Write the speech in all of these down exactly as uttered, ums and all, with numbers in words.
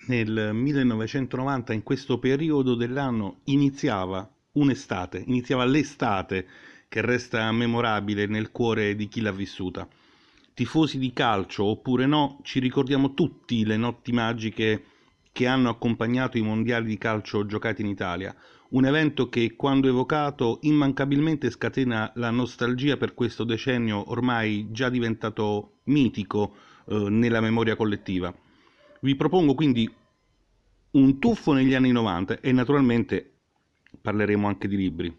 nel millenovecentonovanta, in questo periodo dell'anno, iniziava un'estate, iniziava l'estate che resta memorabile nel cuore di chi l'ha vissuta. Tifosi di calcio oppure no, ci ricordiamo tutti le notti magiche che hanno accompagnato i mondiali di calcio giocati in Italia, un evento che, quando evocato, immancabilmente scatena la nostalgia per questo decennio ormai già diventato mitico eh, nella memoria collettiva. Vi propongo quindi un tuffo negli anni novanta e naturalmente parleremo anche di libri.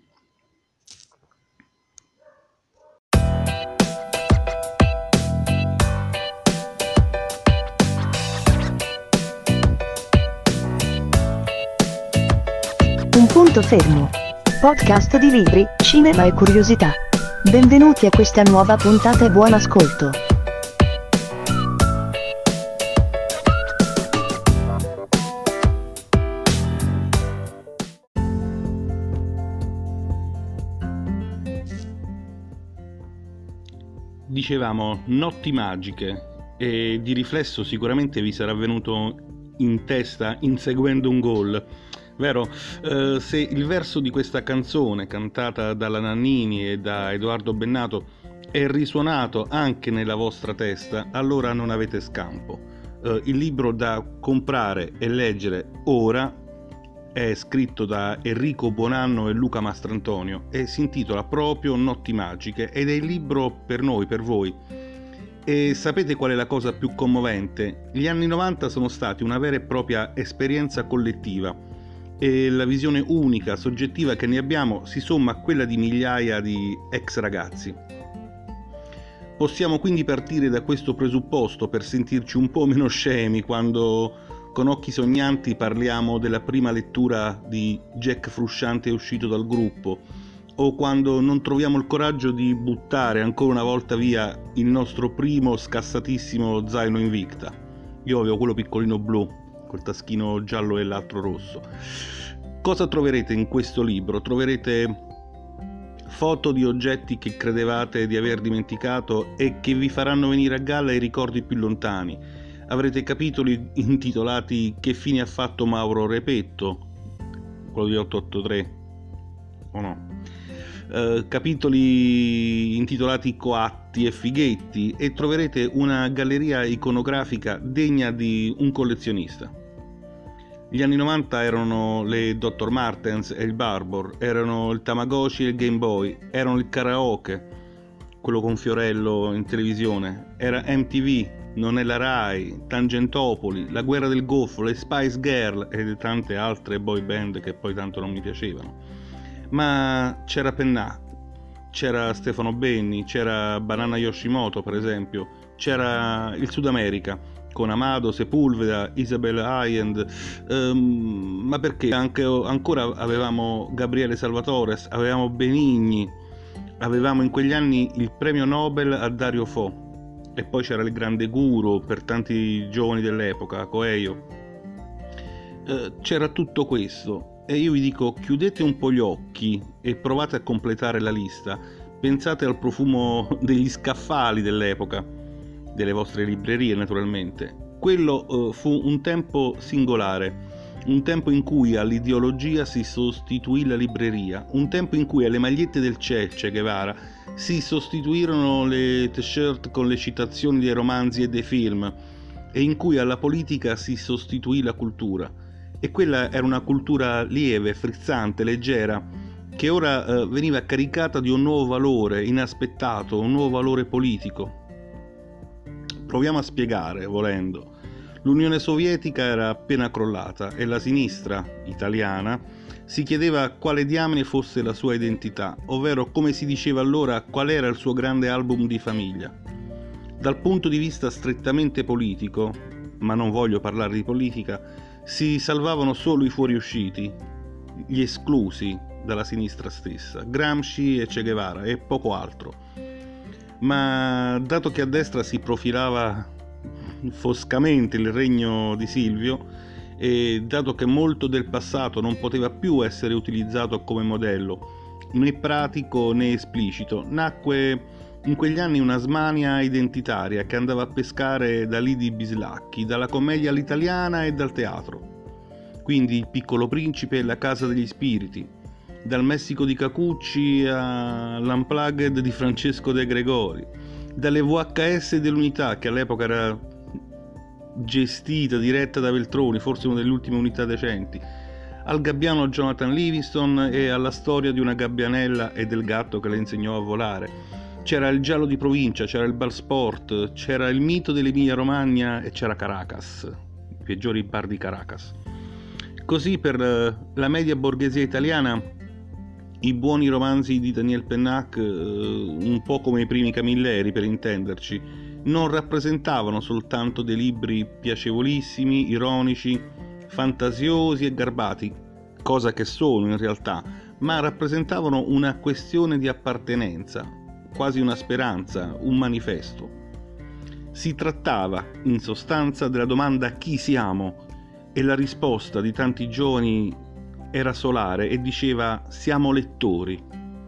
Un punto fermo. Podcast di libri, cinema e curiosità. Benvenuti a questa nuova puntata e buon ascolto. Dicevamo notti magiche e di riflesso sicuramente vi sarà venuto in testa inseguendo un gol. Vero? Eh, se il verso di questa canzone cantata dalla Nannini e da Edoardo Bennato è risuonato anche nella vostra testa, allora non avete scampo. Eh, il libro da comprare e leggere ora è scritto da Enrico Buonanno e Luca Mastrantonio e si intitola proprio Notti Magiche ed è il libro per noi, per voi. E sapete qual è la cosa più commovente? Gli anni novanta sono stati una vera e propria esperienza collettiva e la visione unica, soggettiva che ne abbiamo si somma a quella di migliaia di ex ragazzi. Possiamo quindi partire da questo presupposto per sentirci un po' meno scemi quando con occhi sognanti parliamo della prima lettura di Jack Frusciante uscito dal gruppo, o quando non troviamo il coraggio di buttare ancora una volta via il nostro primo scassatissimo zaino Invicta. Io avevo quello piccolino blu, col taschino giallo e l'altro rosso. Cosa troverete in questo libro? Troverete foto di oggetti che credevate di aver dimenticato e che vi faranno venire a galla i ricordi più lontani. Avrete capitoli intitolati Che fine ha fatto Mauro Repetto, quello di otto otto tre, o no? Uh, capitoli intitolati Coatti e Fighetti e troverete una galleria iconografica degna di un collezionista. Gli anni novanta erano le doctor Martens e il Barbour, erano il Tamagotchi e il Game Boy, erano il karaoke, quello con Fiorello in televisione, era M T V, Non è la Rai, Tangentopoli, La Guerra del Golfo, le Spice Girl e tante altre boy band che poi tanto non mi piacevano. Ma c'era Pennà, c'era Stefano Benni, c'era Banana Yoshimoto per esempio, c'era il Sud America con Amado, Sepulveda, Isabel Allende, um, ma perché anche, ancora avevamo Gabriele Salvatores, avevamo Benigni, avevamo in quegli anni il premio Nobel a Dario Fo e poi c'era il grande guru per tanti giovani dell'epoca, Coelho. Uh, c'era tutto questo. E io vi dico, chiudete un po' gli occhi e provate a completare la lista. Pensate al profumo degli scaffali dell'epoca, delle vostre librerie naturalmente. Quello uh, fu un tempo singolare, un tempo in cui all'ideologia si sostituì la libreria, un tempo in cui alle magliette del Che Che Guevara si sostituirono le t-shirt con le citazioni dei romanzi e dei film e in cui alla politica si sostituì la cultura. E quella era una cultura lieve, frizzante, leggera, che ora eh, veniva caricata di un nuovo valore, inaspettato, un nuovo valore politico. Proviamo a spiegare, volendo. L'Unione Sovietica era appena crollata e la sinistra, italiana, si chiedeva quale diamine fosse la sua identità, ovvero, come si diceva allora, qual era il suo grande album di famiglia. Dal punto di vista strettamente politico, ma non voglio parlare di politica, si salvavano solo i fuoriusciti, gli esclusi dalla sinistra stessa, Gramsci e Che Guevara e poco altro. Ma dato che a destra si profilava foscamente il regno di Silvio e dato che molto del passato non poteva più essere utilizzato come modello, né pratico né esplicito, nacque In quegli anni una smania identitaria che andava a pescare da lidi bislacchi, dalla commedia all'italiana e dal teatro. Quindi Il Piccolo Principe e La Casa degli Spiriti, dal Messico di Cacucci all'Unplugged di Francesco De Gregori, dalle V H S dell'Unità, che all'epoca era gestita, diretta da Veltroni, forse una delle ultime unità decenti, al gabbiano Jonathan Livingston e alla storia di una gabbianella e del gatto che le insegnò a volare. C'era il giallo di provincia, c'era il bar sport, c'era il mito dell'Emilia Romagna e c'era Caracas, i peggiori bar di Caracas. Così per la media borghesia italiana i buoni romanzi di Daniel Pennac, un po' come i primi Camilleri per intenderci, non rappresentavano soltanto dei libri piacevolissimi, ironici, fantasiosi e garbati, cosa che sono in realtà, ma rappresentavano una questione di appartenenza, quasi una speranza, un manifesto. Si trattava, in sostanza, della domanda chi siamo, e la risposta di tanti giovani era solare e diceva siamo lettori.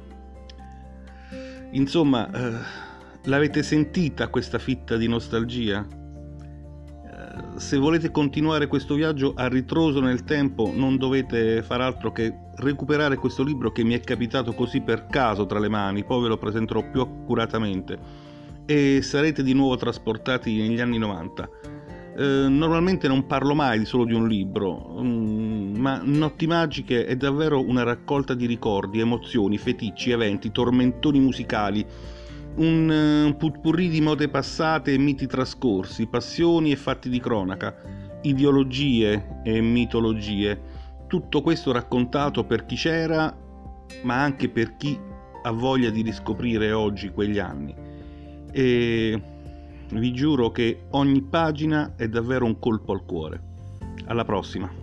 Insomma, eh, l'avete sentita questa fitta di nostalgia? Eh, se volete continuare questo viaggio a ritroso nel tempo, non dovete far altro che recuperare questo libro che mi è capitato così per caso tra le mani, poi ve lo presenterò più accuratamente e sarete di nuovo trasportati negli anni novanta. Eh, normalmente non parlo mai solo di un libro, mm, ma Notti Magiche è davvero una raccolta di ricordi, emozioni, feticci, eventi, tormentoni musicali, un uh, putpurri di mode passate e miti trascorsi, passioni e fatti di cronaca, ideologie e mitologie. Tutto questo raccontato per chi c'era, ma anche per chi ha voglia di riscoprire oggi quegli anni. E vi giuro che ogni pagina è davvero un colpo al cuore. Alla prossima!